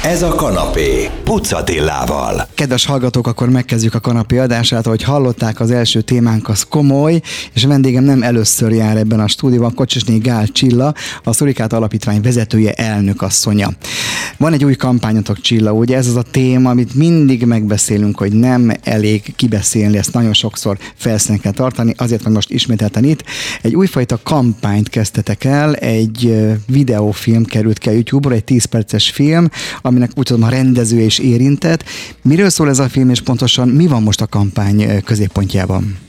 Ez a kanapé Puc Attilával. Kedves hallgatók, akkor megkezdjük a kanapé adását. Ahogy hallották, az első témánk az komoly, és a vendégem nem először jár ebben a stúdióban, Kocsisné Gál Csilla, a Szurikát Alapítvány vezetője, elnökasszonya. Van egy új kampányotok, Csilla, ugye ez az a téma, amit mindig megbeszélünk, hogy nem elég kibeszélni, ezt nagyon sokszor felszínen kell tartani, azért van most ismételten itt. Egy újfajta kampányt kezdtetek el, egy videófilm került ki a YouTube-ra, egy 10 perces film, aminek úgy tudom a rendező és érintett. Miről szól ez a film, és pontosan mi van most a kampány középpontjában?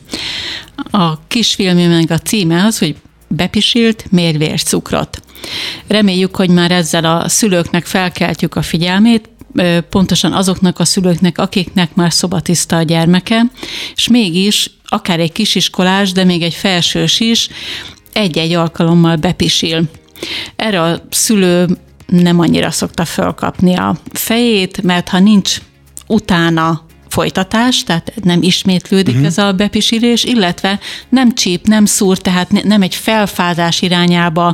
A kisfilmünknek a címe az, hogy Bepisilt, mér vércukrot. Reméljük, hogy már ezzel a szülőknek felkeltjük a figyelmét, pontosan azoknak a szülőknek, akiknek már szobatiszta a gyermeke, és mégis akár egy kisiskolás, de még egy felsős is egy-egy alkalommal bepisil. Erre a szülő nem annyira szokta fölkapni a fejét, mert ha nincs utána folytatás, tehát nem ismétlődik ez a bepisilés, illetve nem csíp, nem szúr, tehát nem egy felfázás irányába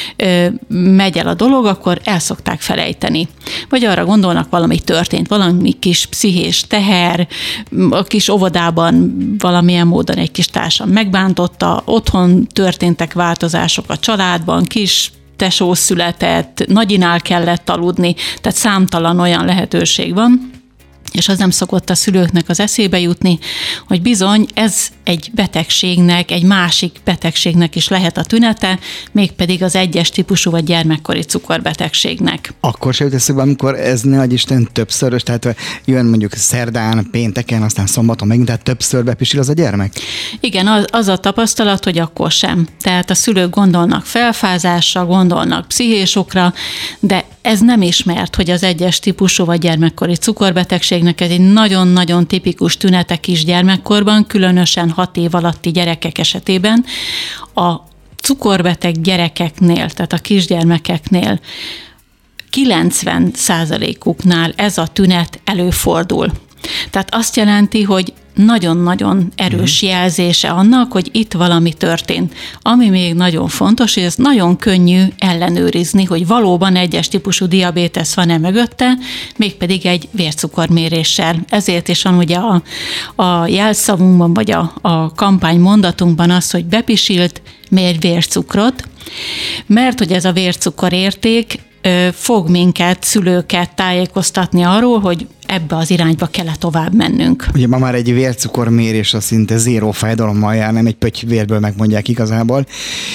megy el a dolog, akkor el szokták felejteni. Vagy arra gondolnak, valami történt, valami kis pszichés teher, a kis óvodában valamilyen módon egy kis társam megbántotta, otthon történtek változások a családban, kis tesó született, nagyinál kellett aludni, tehát számtalan olyan lehetőség van, és az nem szokott a szülőknek az eszébe jutni, hogy bizony ez egy betegségnek, egy másik betegségnek is lehet a tünete, mégpedig az 1-es típusú vagy gyermekkori cukorbetegségnek. Akkor se jut eszébe, amikor ez ne adj Isten többszörös, tehát jön mondjuk szerdán, pénteken, aztán szombaton megint, tehát többször bepisil az a gyermek? Igen, az a tapasztalat, hogy akkor sem. Tehát a szülők gondolnak felfázásra, gondolnak pszichésokra, de ez nem ismert, hogy az 1-es típusú vagy gyermekkori cukorbetegségnek ez egy nagyon-nagyon tipikus tünete kisgyermekkorban, különösen 6 év alatti gyerekek esetében. A cukorbeteg gyerekeknél, tehát a kisgyermekeknél 90%-uknál ez a tünet előfordul. Tehát azt jelenti, hogy nagyon-nagyon erős jelzése annak, hogy itt valami történt. Ami még nagyon fontos, hogy ez nagyon könnyű ellenőrizni, hogy valóban 1-es típusú diabétesz van-e mögötte, mégpedig egy vércukorméréssel. Ezért is van ugye a jelszavunkban, vagy a kampány mondatunkban az, hogy bepisilt, mér vércukrot, mert hogy ez a vércukorérték fog minket, szülőket tájékoztatni arról, hogy ebbe az irányba kell tovább mennünk. Ugye ma már egy vércukormérés az szinte zéró fájdalommal jár, nem egy pötty vérből megmondják igazából.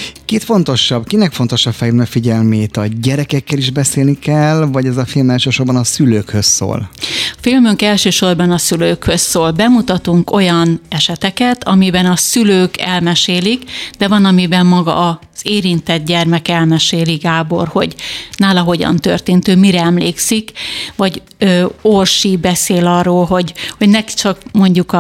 Kinek fontosabb felhívni a figyelmét? A gyerekekkel is beszélni kell, vagy ez a film elsősorban a szülőkhöz szól? A filmünk elsősorban a szülőkhöz szól. Bemutatunk olyan eseteket, amiben a szülők elmesélik, de van, amiben maga az érintett gyermek elmeséli, Gábor, hogy nála hogyan történt, ő mire emlékszik, vagy Orsi beszél arról, hogy neki csak mondjuk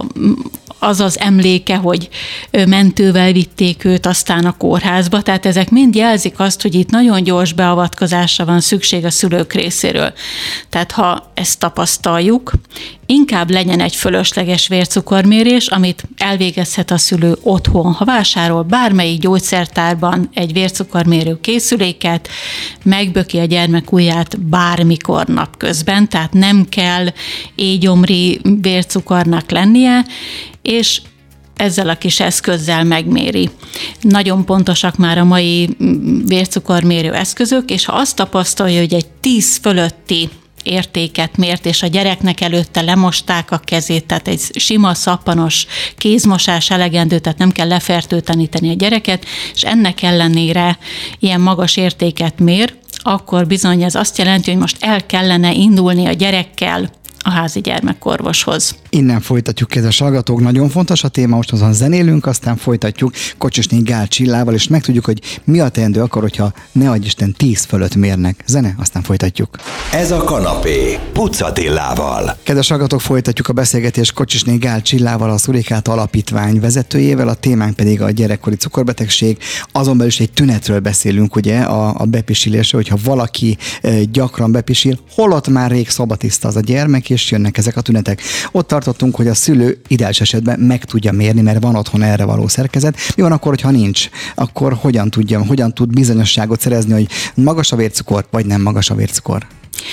az az emléke, hogy mentővel vitték őt aztán a kórházba, tehát ezek mind jelzik azt, hogy itt nagyon gyors beavatkozásra van szükség a szülők részéről. Tehát ha ezt tapasztaljuk, inkább legyen egy fölösleges vércukormérés, amit elvégezhet a szülő otthon. Ha vásárol bármelyik gyógyszertárban egy vércukormérő készüléket, megböki a gyermek ujját bármikor napközben, tehát nem kell éjgyomri vércukornak lennie, és ezzel a kis eszközzel megméri. Nagyon pontosak már a mai vércukormérő eszközök, és ha azt tapasztalja, hogy egy 10 fölötti értéket mért, és a gyereknek előtte lemosták a kezét, tehát egy sima szappanos kézmosás elegendő, tehát nem kell lefertőtleníteni a gyereket, és ennek ellenére ilyen magas értéket mér, akkor bizony ez azt jelenti, hogy most el kellene indulni a gyerekkel a házi gyermekorvoshoz. Innen folytatjuk, kedves hallgatók, nagyon fontos a téma, most azon zenélünk, aztán folytatjuk Kocsisné Gál Csillával, és megtudjuk, hogy mi a teendő akkor, hogyha ne adj Isten 10 fölött mérnek. Zene, aztán folytatjuk. Ez a kanapé Puc Attilával. Kedves hallgatók, folytatjuk a beszélgetést Kocsisné Gál Csillával, a Szurikát Alapítvány vezetőjével, a témánk pedig a gyerekkori cukorbetegség. Azon belül is egy tünetről beszélünk, ugye, a bepisilésről, hogyha valaki gyakran bepisil, holott már rég szobatiszta az a gyermek, és jönnek ezek a tünetek. Ott tartottunk, hogy a szülő ideális esetben meg tudja mérni, mert van otthon erre való szerkezet. Mi van akkor, hogyha nincs? Akkor hogyan tud bizonyosságot szerezni, hogy magas a vércukor, vagy nem magas a vércukor?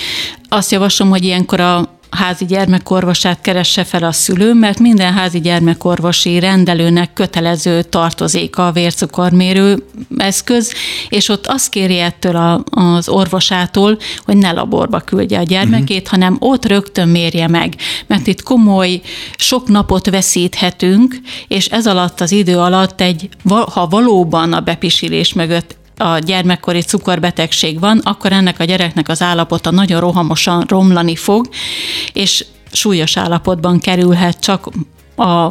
azt javaslom, hogy ilyenkor a házi gyermekorvosát keresse fel a szülő, mert minden házi gyermekorvosi rendelőnek kötelező tartozéka a vércukormérő eszköz, és ott azt kéri ettől az orvosától, hogy ne laborba küldje a gyermekét, hanem ott rögtön mérje meg, mert itt komoly, sok napot veszíthetünk, és ez alatt az idő alatt ha valóban a bepisilés mögött a gyermekkori cukorbetegség van, akkor ennek a gyereknek az állapota nagyon rohamosan romlani fog, és súlyos állapotban kerülhet csak a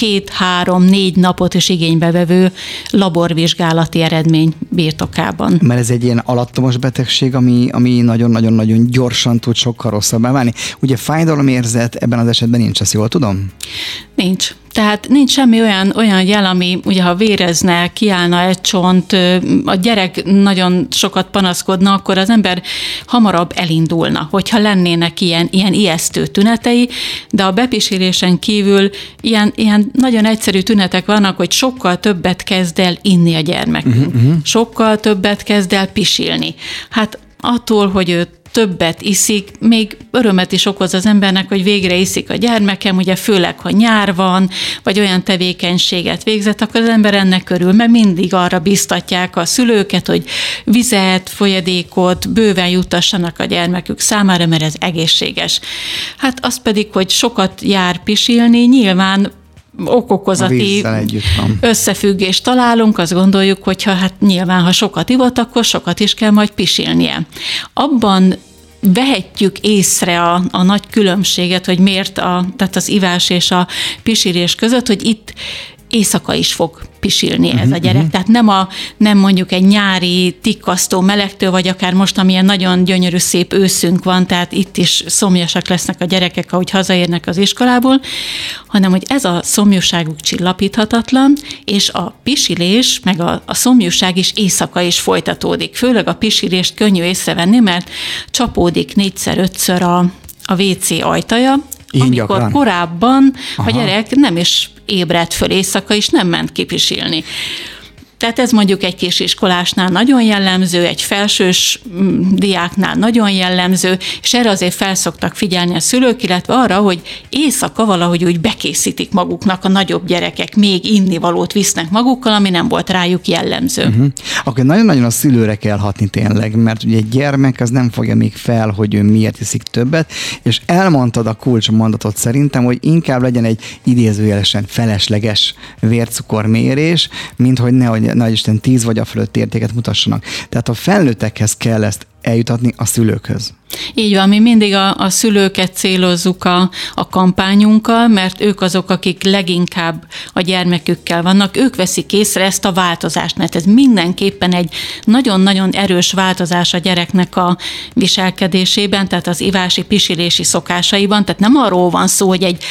2-3-4 napot is igénybe vevő laborvizsgálati eredmény birtokában. Mert ez egy ilyen alattomos betegség, ami nagyon-nagyon-nagyon gyorsan tud sokkal rosszabbá válni. Ugye fájdalomérzet ebben az esetben nincs, ezt jól tudom? Nincs. Tehát nincs semmi olyan jel, ami ugye ha vérezne, kiállna egy csont, a gyerek nagyon sokat panaszkodna, akkor az ember hamarabb elindulna, hogyha lennének ilyen ijesztő tünetei, de a bepisilésen kívül ilyen nagyon egyszerű tünetek vannak, hogy sokkal többet kezd el inni a gyermekünk. Sokkal többet kezd el pisilni. Hát attól, hogy ő többet iszik, még örömet is okoz az embernek, hogy végre iszik a gyermekem, ugye főleg, ha nyár van, vagy olyan tevékenységet végzett, akkor az ember ennek örül, mert mindig arra biztatják a szülőket, hogy vizet, folyadékot bőven juttassanak a gyermekük számára, mert ez egészséges. Hát az pedig, hogy sokat jár pisilni, nyilván okokozati összefüggést találunk, azt gondoljuk, hogy hát nyilván, ha sokat ivott, akkor sokat is kell majd pisilnie. Abban vehetjük észre a nagy különbséget, hogy miért tehát az ivás és a pisilés között, hogy itt éjszaka is fog pisilni ez a gyerek. Tehát nem mondjuk egy nyári tikkasztó melegtől, vagy akár most, amilyen nagyon gyönyörű szép őszünk van, tehát itt is szomjasak lesznek a gyerekek, ahogy hazaérnek az iskolából, hanem hogy ez a szomjúságuk csillapíthatatlan, és a pisilés, meg a szomjúság is éjszaka is folytatódik. Főleg a pisilést könnyű észrevenni, mert csapódik 4-5-ször a WC ajtaja, amikor korábban a gyerek nem is ébredt föl éjszaka, és nem ment kipisilni. Tehát ez mondjuk egy kisiskolásnál nagyon jellemző, egy felsős diáknál nagyon jellemző, és erre azért felszoktak figyelni a szülők, illetve arra, hogy éjszaka valahogy úgy bekészítik maguknak a nagyobb gyerekek, még innivalót visznek magukkal, ami nem volt rájuk jellemző. Akkor nagyon-nagyon a szülőre kell hatni tényleg, mert ugye egy gyermek az nem fogja még fel, hogy ő miért iszik többet, és elmondtad a kulcsmondatot szerintem, hogy inkább legyen egy idézőjelesen felesleges vércukormérés, mint hogy nehogy Isten 10 vagy a fölött értéket mutassanak. Tehát a felnőttekhez kell ezt eljutatni a szülőkhöz. Így van, mi mindig a szülőket célozzuk a kampányunkkal, mert ők azok, akik leginkább a gyermekükkel vannak, ők veszik észre ezt a változást, mert ez mindenképpen egy nagyon-nagyon erős változás a gyereknek a viselkedésében, tehát az ivási, pisilési szokásaiban, tehát nem arról van szó, hogy egy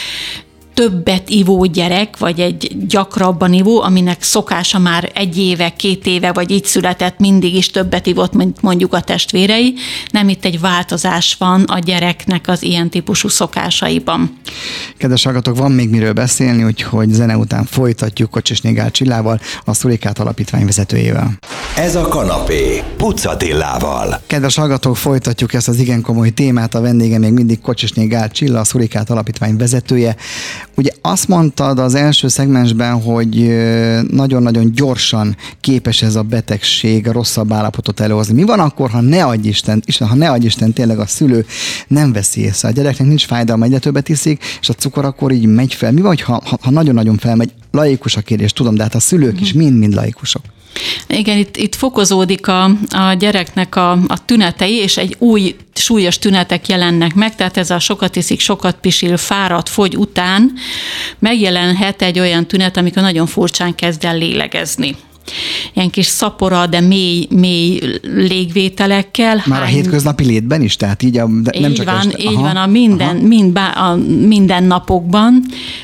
többet ivó gyerek, vagy egy gyakrabban ivó, aminek szokása már 1 éve, 2 éve, vagy így született, mindig is többet ivott, mint mondjuk a testvérei. Nem, itt egy változás van a gyereknek az ilyen típusú szokásaiban. Kedves hallgatók, van még miről beszélni, úgyhogy zene után folytatjuk Kocsisné Gál Csillával, a Szurikát Alapítvány vezetőjével. Ez a kanapé Puc Attilával. Kedves hallgatók, folytatjuk ezt az igen komoly témát, a vendége még mindig Kocsisné Gál Csilla, a Szurikát Alapítvány vezetője. Ugye azt mondtad az első szegmensben, hogy nagyon-nagyon gyorsan képes ez a betegség a rosszabb állapotot előhozni. Mi van akkor, ha ne adj Isten tényleg a szülő nem veszi észre? A gyereknek nincs fájdalma, egyre többet iszik, és a cukor akkor így megy fel. Mi van, ha nagyon-nagyon felmegy? Laikus a kérdés, tudom, de hát a szülők is mind laikusok. Igen, itt fokozódik a gyereknek a tünetei, és egy új súlyos tünetek jelennek meg, tehát ez a sokat iszik, sokat pisil, fáradt, fogy után megjelenhet egy olyan tünet, amikor nagyon furcsán kezd el lélegezni. Ilyen kis szapora, de mély légvételekkel. Már a hétköznapi létben is? Tehát így nem csak van, így van, a mindennapokban.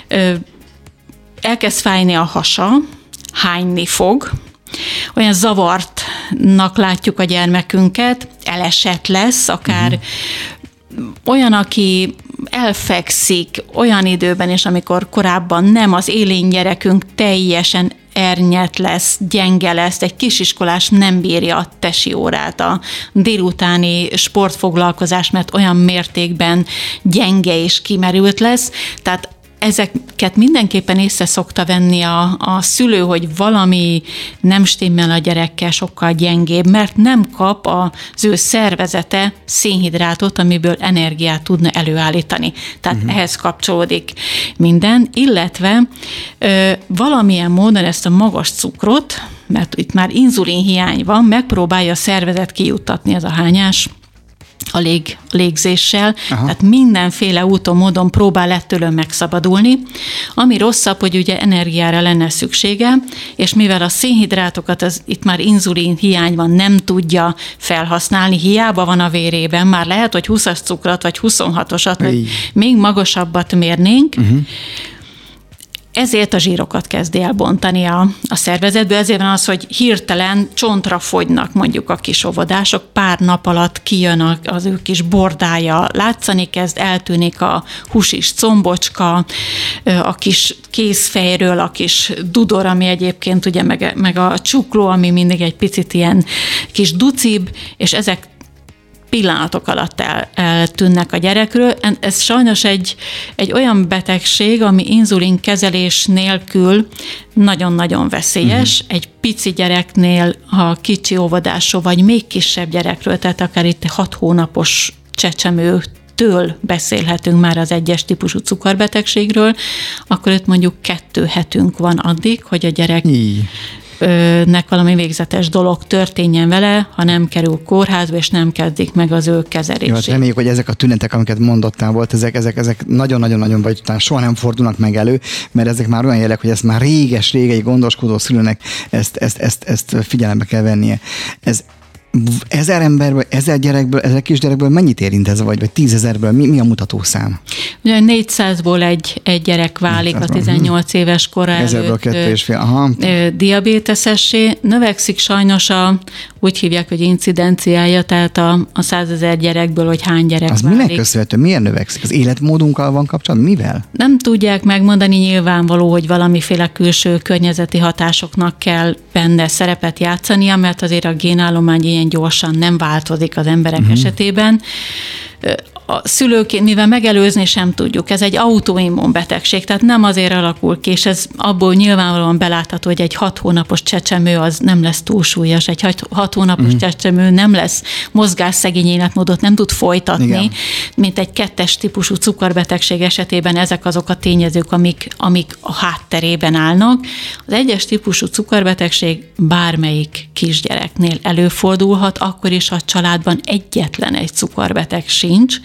Elkezd fájni a hasa, hányni fog, olyan zavartnak látjuk a gyermekünket, elesett lesz, akár olyan, aki elfekszik olyan időben is, amikor korábban nem, az élén gyerekünk teljesen ernyet lesz, gyenge lesz, egy kisiskolás nem bírja a tesi órát, a délutáni sportfoglalkozás, mert olyan mértékben gyenge és kimerült lesz, tehát ezeket mindenképpen észre szokta venni a szülő, hogy valami nem stimmel a gyerekkel, sokkal gyengébb, mert nem kap az ő szervezete szénhidrátot, amiből energiát tudna előállítani. Tehát ehhez kapcsolódik minden, illetve valamilyen módon ezt a magas cukrot, mert itt már inzulin hiány van, megpróbálja a szervezet kijuttatni, ez a hányás, a légzéssel, tehát mindenféle úton, módon próbál ettől megszabadulni. Ami rosszabb, hogy ugye energiára lenne szüksége, és mivel a szénhidrátokat, itt már inzulin hiány van, nem tudja felhasználni, hiába van a vérében, már lehet, hogy 20-as cukrot, vagy 26-osat, vagy még magasabbat mérnénk, ezért a zsírokat kezdi elbontani a szervezetből, ezért van az, hogy hirtelen csontra fogynak mondjuk a kis óvodások, pár nap alatt kijön az ő kis bordája, látszani kezd, eltűnik a húsis combocska, a kis kézfejről, a kis dudor, ami egyébként ugye meg a csukló, ami mindig egy picit ilyen kis ducibb, és ezek pillanatok alatt eltűnnek a gyerekről. Ez sajnos egy olyan betegség, ami inzulin kezelés nélkül nagyon-nagyon veszélyes. Egy pici gyereknél, ha kicsi óvodású, vagy még kisebb gyerekről, tehát akár itt 6 hónapos csecsemőtől beszélhetünk már az 1-es típusú cukorbetegségről, akkor itt mondjuk 2 hetünk van addig, hogy a gyerek nek valami végzetes dolog történjen vele, ha nem kerül kórházba, és nem kezdik meg az ő kezelését. Jó, hát reméljük, hogy ezek a tünetek, amiket mondottál volt, ezek nagyon-nagyon-nagyon, vagy talán soha nem fordulnak meg elő, mert ezek már olyan jelek, hogy ezt már réges-régi gondoskodó szülőnek ezt figyelembe kell vennie. Ez 1000 emberből, 1000 gyerekből, 1000 kisgyerekből mennyit érint ez, vagy 10 000-ből? Mi a mutatószám? Ugye 400-ból egy gyerek válik a 18 éves kora előtt 2,5 diabéteszessé. Növekszik sajnos úgy hívják, hogy incidenciája, tehát a 100 000 gyerekből, hogy hány gyerek az válik. Minek köszönhető? Miért növekszik? Az életmódunkkal van kapcsolatban? Mivel? Nem tudják megmondani, nyilvánvaló, hogy valamiféle külső környezeti hatásoknak kell benne szerepet játszania, mert azért a génállomány ilyen gyorsan nem változik az emberek esetében. A szülők, mivel megelőzni sem tudjuk, ez egy autoimmun betegség, tehát nem azért alakul ki, és ez abból nyilvánvalóan belátható, hogy egy 6 hónapos csecsemő az nem lesz túlsúlyos, egy 6 hónapos csecsemő nem lesz mozgásszegény életmódot, nem tud folytatni, mint egy 2-es típusú cukorbetegség esetében ezek azok a tényezők, amik a hátterében állnak. Az 1-es típusú cukorbetegség bármelyik kisgyereknél előfordulhat, akkor is, ha a családban egyetlen egy cukorbeteg sincs,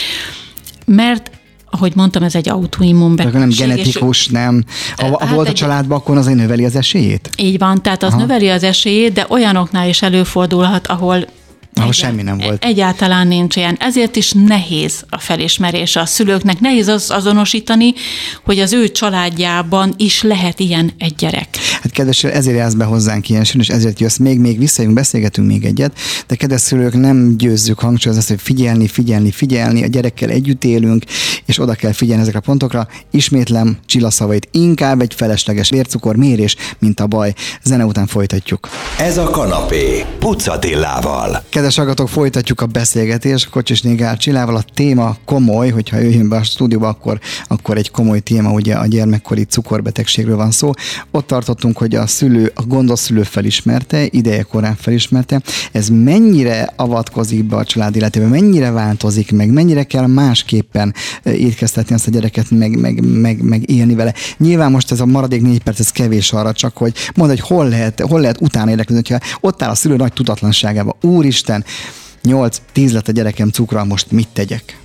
mert ahogy mondtam, ez egy autoimmun betegség. Nem genetikus, nem. Ha volt a családban, akkor azért növeli az esélyét? Így van, tehát az növeli az esélyét, de olyanoknál is előfordulhat, ahol semmi nem volt. Egyáltalán nincs ilyen. Ezért is nehéz a felismerése a szülőknek. Nehéz az azonosítani, hogy az ő családjában is lehet ilyen egy gyerek. Hát kedves, ezért jársz be hozzánk ilyen sűrűn, és ezért jössz még visszajövünk, beszélgetünk még egyet, de kedves szülők, nem győzzük hangsúlyozni azt, hogy figyelni, a gyerekkel együtt élünk, és oda kell figyelni ezekre a pontokra. Ismétlem Csilla szavait, inkább egy felesleges vércukormérés, mint a baj. Zene után folytatjuk. Ez a kanapé Puc Attilával. Kedves hallgatók, folytatjuk a beszélgetést Kocsisné Gál Csillával. A téma komoly, hogyha jöjjön be a stúdióba, akkor egy komoly téma, ugye a gyermekkori cukorbetegségről van szó. Ott tartottunk, hogy a gondos szülő felismerte, ideje korán felismerte. Ez mennyire avatkozik be a család életébe, mennyire változik meg, mennyire kell másképpen étkeztetni azt a gyereket, meg élni vele. Nyilván most ez a maradék 4 perc, ez kevés arra, csak hogy mondd, hogy hol lehet utána érdeklődni, hogyha ott áll a szülő nagy tudatlanságába. Úristen, 8-10 lett a gyerekem cukra, most mit tegyek?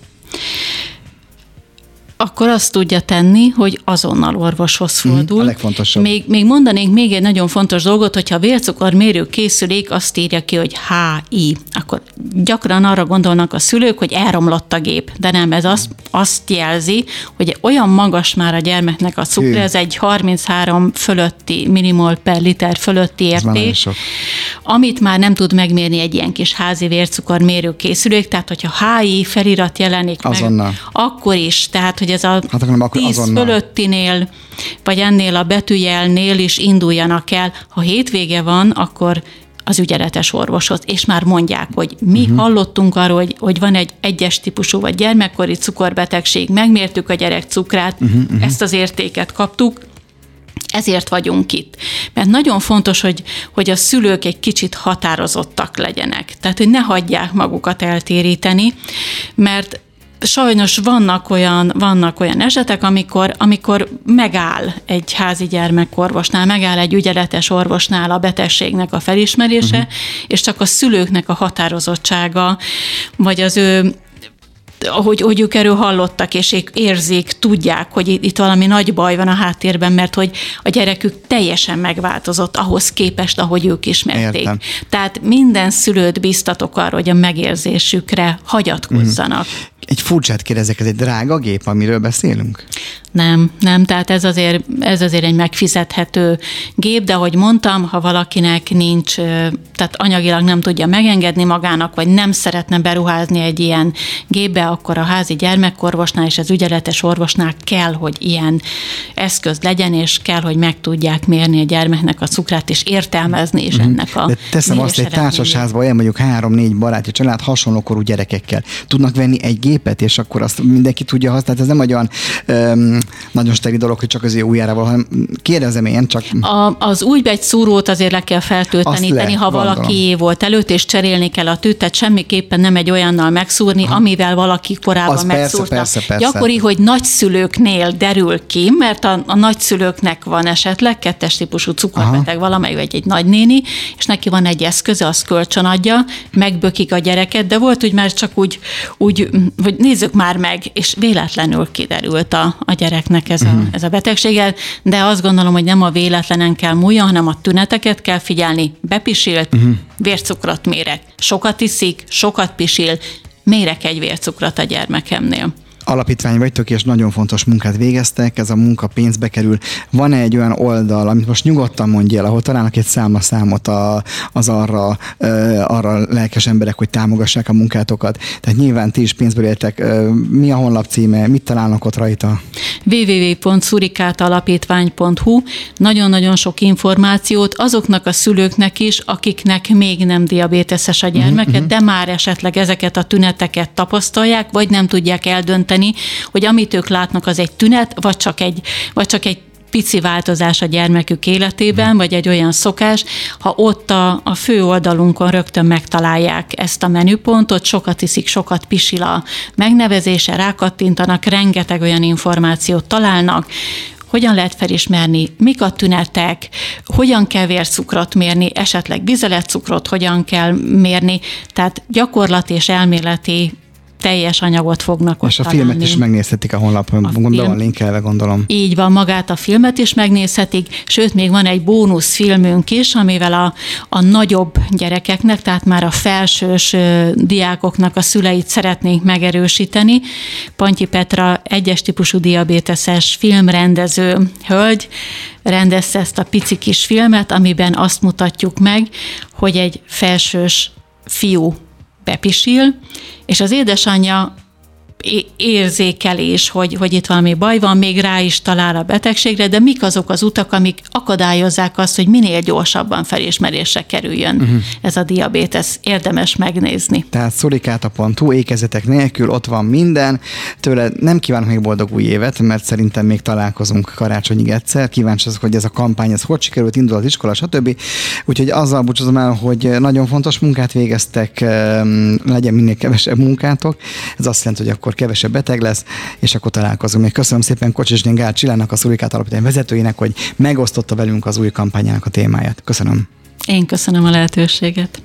Akkor azt tudja tenni, hogy azonnal orvoshoz fordul. A legfontosabb. Még mondanék még egy nagyon fontos dolgot, hogyha a vércukormérő készülék azt írja ki, hogy HI, akkor gyakran arra gondolnak a szülők, hogy elromlott a gép, de nem, ez azt jelzi, hogy olyan magas már a gyermeknek a cukra, ez egy 33 fölötti millimol per liter fölötti érték, amit már nem tud megmérni egy ilyen kis házi vércukormérő készülék, tehát hogyha HI felirat jelenik azonnal meg, akkor is, tehát hogy ez a 10 fölöttinél, vagy ennél a betűjelnél is induljanak el. Ha hétvége van, akkor az ügyeletes orvoshoz, és már mondják, hogy mi hallottunk arról, hogy van egy 1-es típusú vagy gyermekkori cukorbetegség, megmértük a gyerek cukrát, ezt az értéket kaptuk, ezért vagyunk itt. Mert nagyon fontos, hogy a szülők egy kicsit határozottak legyenek. Tehát, hogy ne hagyják magukat eltéríteni, mert sajnos vannak olyan esetek, amikor megáll egy házi gyermekorvosnál, megáll egy ügyeletes orvosnál a betegségnek a felismerése, és csak a szülőknek a határozottsága, vagy az ő hogy ők erről hallottak, és érzik, tudják, hogy itt valami nagy baj van a háttérben, mert hogy a gyerekük teljesen megváltozott ahhoz képest, ahogy ők ismerték. Értem. Tehát minden szülőt biztatok arra, hogy a megérzésükre hagyatkozzanak. Egy furcsát kérdezek, ez egy drága gép, amiről beszélünk? Nem, tehát ez azért egy megfizethető gép, de ahogy mondtam, ha valakinek nincs, tehát anyagilag nem tudja megengedni magának, vagy nem szeretne beruházni egy ilyen gépbe, akkor a házi gyermekorvosnál és az ügyeletes orvosnál kell, hogy ilyen eszköz legyen, és kell, hogy meg tudják mérni a gyermeknek a cukrát, és értelmezni is ennek a de teszem azt, egy társasházban olyan mondjuk 3-4 baráti család hasonlókorú gyerekekkel tudnak venni egy gépet, és akkor azt mindenki tudja használni. Ez nem egy olyan nagyon steril dolog, hogy csak az ő ujjára, hanem kérdezem én csak. Az újbegyszúrót azért le kell feltölteníteni, ha valaki volt előtt, és cserélni kell a tűt, tehát semmiképpen nem egy olyannal megszúrni, amivel valaki korábban megszúrta. Persze. Gyakori, hogy nagyszülőknél derül ki, mert a nagyszülőknek van esetleg 2-es típusú cukorbeteg valamely, vagy egy nagynéni, és neki van egy eszköze, az kölcsönadja, megbökik a gyereket, de volt, hogy már csak úgy hogy nézzük már meg, és véletlenül kiderült a gyereknek ez a betegsége, de azt gondolom, hogy nem a véletlenen kell múljon, hanem a tüneteket kell figyelni. Bepisilt, vércukrot mérek. Sokat iszik, sokat pisil, mérek egy vércukrot a gyermekemnél. Alapítvány vagytok, és nagyon fontos munkát végeztek, ez a munka pénzbe kerül. Van-e egy olyan oldal, amit most nyugodtan mondj el, ahol találnak egy számlaszámot az arra lelkes emberek, hogy támogassák a munkátokat? Tehát nyilván ti is pénzből éltek. Mi a honlap címe? Mit találnak ott rajta? www.szurikátalapítvány.hu. Nagyon-nagyon sok információt azoknak a szülőknek is, akiknek még nem diabéteses a gyermeke, de már esetleg ezeket a tüneteket tapasztalják, vagy nem tudják eldönteni, hogy amit ők látnak, az egy tünet, vagy csak egy pici változás a gyermekük életében, vagy egy olyan szokás, ha ott a fő oldalunkon rögtön megtalálják ezt a menüpontot, sokat iszik, sokat pisil a megnevezése, rákattintanak, rengeteg olyan információt találnak, hogyan lehet felismerni, mik a tünetek, hogyan kell vércukrot mérni, esetleg vizeletcukrot hogyan kell mérni, tehát gyakorlati és elméleti teljes anyagot fognak ott és a találni. filmet is megnézhetik a honlapon, gondolom, linkelve gondolom. Így van, magát a filmet is megnézhetik, sőt, még van egy bónuszfilmünk is, amivel a nagyobb gyerekeknek, tehát már a felsős diákoknak a szüleit szeretnénk megerősíteni. Pantyi Petra 1-es típusú diabéteses filmrendező hölgy rendezte ezt a pici kis filmet, amiben azt mutatjuk meg, hogy egy felsős fiú bepisil, és az édesanyja érzékelés, hogy itt valami baj van, még rá is talál a betegségre, de mik azok az utak, amik akadályozzák azt, hogy minél gyorsabban felismerésre kerüljön ez a diabétesz. Érdemes megnézni. Tehát szurikáta.hu, ékezetek nélkül, ott van minden. Tőle nem kívánok még boldog új évet, mert szerintem még találkozunk karácsonyig egyszer. Kíváncsi azok, hogy ez a kampány, ez hogy sikerült, indul az iskola, stb. Úgyhogy azzal búcsúzom el, hogy nagyon fontos munkát végeztek, legyen minél kevesebb munkátok. Ez azt jelenti, hogy akkor kevesebb beteg lesz, és akkor találkozunk. Még köszönöm szépen Kocsisné Gál Csillának, a Szurikát Alapítvány vezetőjének, hogy megosztotta velünk az új kampányának a témáját. Köszönöm. Én köszönöm a lehetőséget.